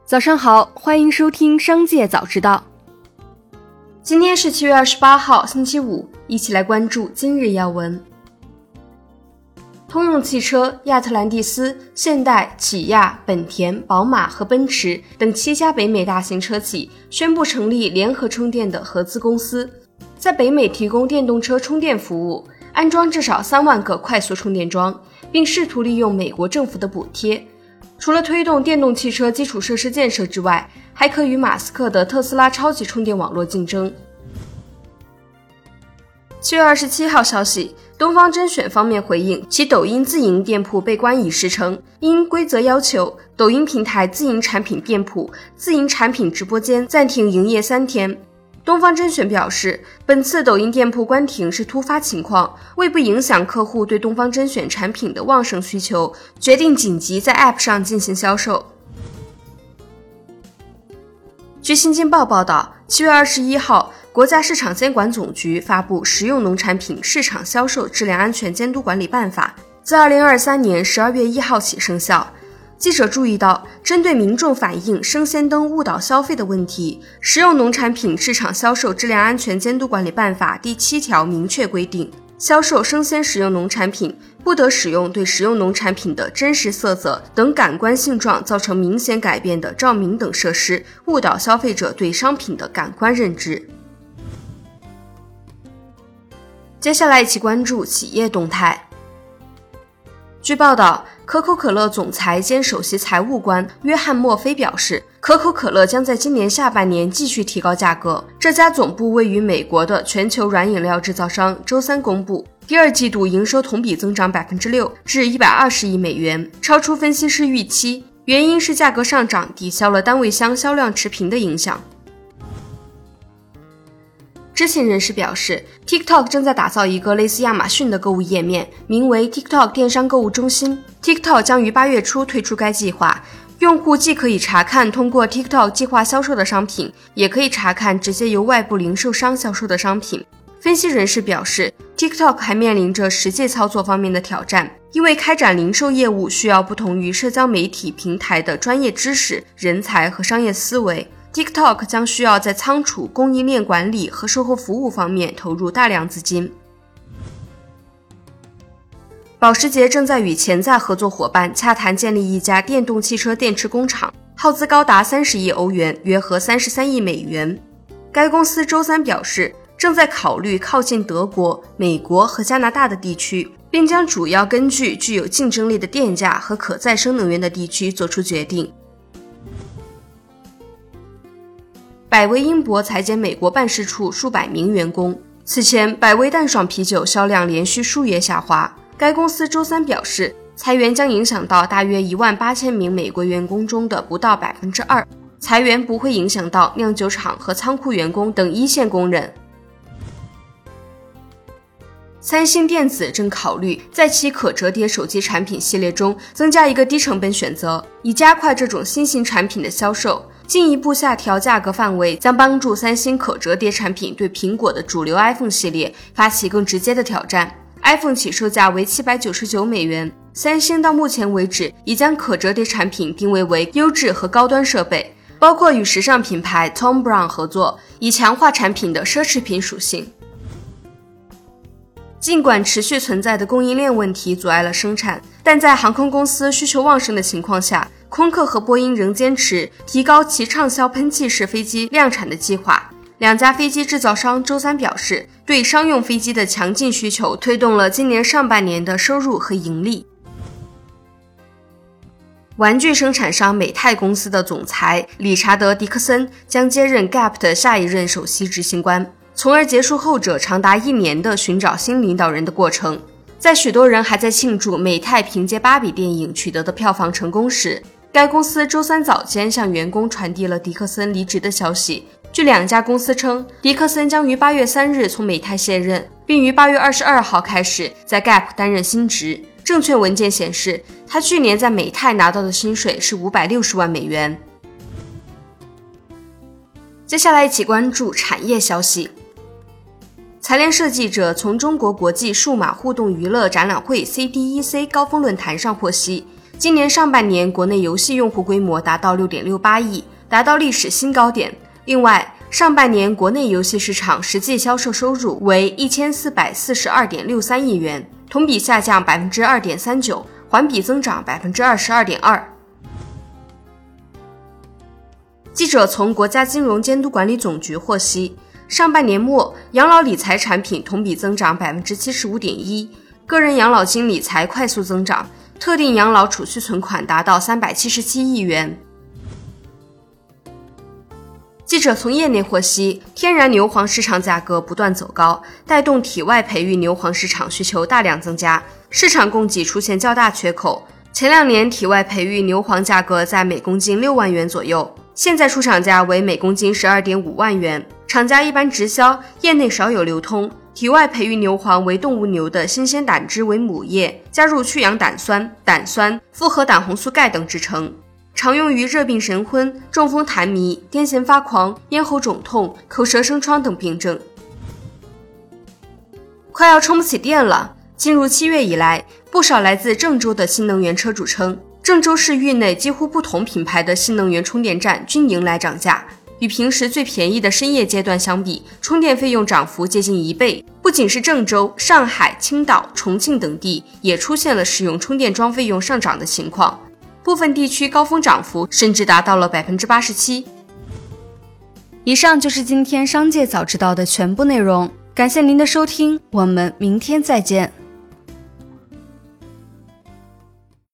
早上好，欢迎收听商界早知道。今天是7月28号，星期五，一起来关注今日要闻。通用汽车、亚特兰蒂斯、现代、起亚、本田、宝马和奔驰等7家北美大型车企宣布成立联合充电的合资公司，在北美提供电动车充电服务，安装至少3万个快速充电桩，并试图利用美国政府的补贴。除了推动电动汽车基础设施建设之外，还可与马斯克的特斯拉超级充电网络竞争。7月27号消息，东方甄选方面回应其抖音自营店铺被关一事称，因规则要求，抖音平台自营产品店铺、自营产品直播间暂停营业3天。东方甄选表示，本次抖音店铺关停是突发情况，为不影响客户对东方甄选产品的旺盛需求，决定紧急在 App 上进行销售。据新京报报道，7月21号，国家市场监管总局发布《食用农产品市场销售质量安全监督管理办法》，自2023年12月1号起生效。记者注意到，针对民众反映生鲜灯误导消费的问题，《食用农产品市场销售质量安全监督管理办法》第7条明确规定，销售生鲜食用农产品不得使用对食用农产品的真实色泽等感官性状造成明显改变的照明等设施，误导消费者对商品的感官认知。接下来一起关注企业动态。据报道，可口可乐总裁兼首席财务官约翰·墨菲表示，可口可乐将在今年下半年继续提高价格。这家总部位于美国的全球软饮料制造商周三公布，第二季度营收同比增长 6% 至120亿美元，超出分析师预期，原因是价格上涨抵消了单位箱销量持平的影响。知情人士表示， TikTok 正在打造一个类似亚马逊的购物页面，名为 TikTok 电商购物中心。 TikTok 将于8月初推出该计划，用户既可以查看通过 TikTok 计划销售的商品，也可以查看直接由外部零售商销售的商品。分析人士表示， TikTok 还面临着实际操作方面的挑战，因为开展零售业务需要不同于社交媒体平台的专业知识、人才和商业思维。TikTok 将需要在仓储、供应链管理和售后服务方面投入大量资金。保时捷正在与潜在合作伙伴洽谈建立一家电动汽车电池工厂，耗资高达30亿欧元，约合33亿美元。该公司周三表示，正在考虑靠近德国、美国和加拿大的地区，并将主要根据具有竞争力的电价和可再生能源的地区做出决定。百威英博裁减美国办事处数百名员工。此前，百威淡爽啤酒销量连续数月下滑。该公司周三表示，裁员将影响到大约18000名美国员工中的不到 2%， 裁员不会影响到酿酒厂和仓库员工等一线工人。三星电子正考虑在其可折叠手机产品系列中增加一个低成本选择，以加快这种新型产品的销售。进一步下调价格范围将帮助三星可折叠产品对苹果的主流 iPhone 系列发起更直接的挑战。iPhone 起售价为799美元，三星到目前为止已将可折叠产品定位为优质和高端设备，包括与时尚品牌 Thom Browne 合作，以强化产品的奢侈品属性。尽管持续存在的供应链问题阻碍了生产，但在航空公司需求旺盛的情况下，空客和波音仍坚持提高其畅销喷气式飞机量产的计划。两家飞机制造商周三表示，对商用飞机的强劲需求推动了今年上半年的收入和盈利。玩具生产商美泰公司的总裁理查德·迪克森将接任 Gap 的下一任首席执行官，从而结束后者长达1年的寻找新领导人的过程。在许多人还在庆祝美泰凭借芭比电影取得的票房成功时，该公司周三早间向员工传递了迪克森离职的消息。据两家公司称，迪克森将于8月3日从美泰卸任，并于8月22号开始在 Gap 担任新职。证券文件显示，他去年在美泰拿到的薪水是560万美元。接下来一起关注产业消息。财联社记者从中国国际数码互动娱乐展览会 CDEC 高峰论坛上获悉， 今年上半年国内游戏用户规模达到 6.68 亿，达到历史新高点。另外，上半年国内游戏市场实际销售收入为 1442.63 亿元，同比下降 2.39%， 环比增长 22.2%。记者从国家金融监督管理总局获悉，上半年末养老理财产品同比增长 75.1%， 个人养老金理财快速增长，特定养老储蓄存款达到377亿元。记者从业内获悉，天然牛黄市场价格不断走高，带动体外培育牛黄市场需求大量增加，市场供给出现较大缺口。前2年体外培育牛黄价格在每公斤6万元左右，现在出厂价为每公斤 12.5 万元，厂家一般直销，业内少有流通。体外培育牛黄为动物牛的新鲜胆汁为母液，加入去氧胆酸、胆酸、复合胆红素钙等制成，常用于热病神昏、中风痰迷、癫痫发狂、咽喉肿痛、口舌生疮等病症。快要充不起电了。进入7月以来，不少来自郑州的新能源车主称，郑州市域内几乎不同品牌的新能源充电站均迎来涨价，与平时最便宜的深夜阶段相比，充电费用涨幅接近1倍。不仅是郑州、上海、青岛、重庆等地也出现了使用充电桩费用上涨的情况，部分地区高峰涨幅甚至达到了 87%。 以上就是今天商界早知道的全部内容，感谢您的收听，我们明天再见。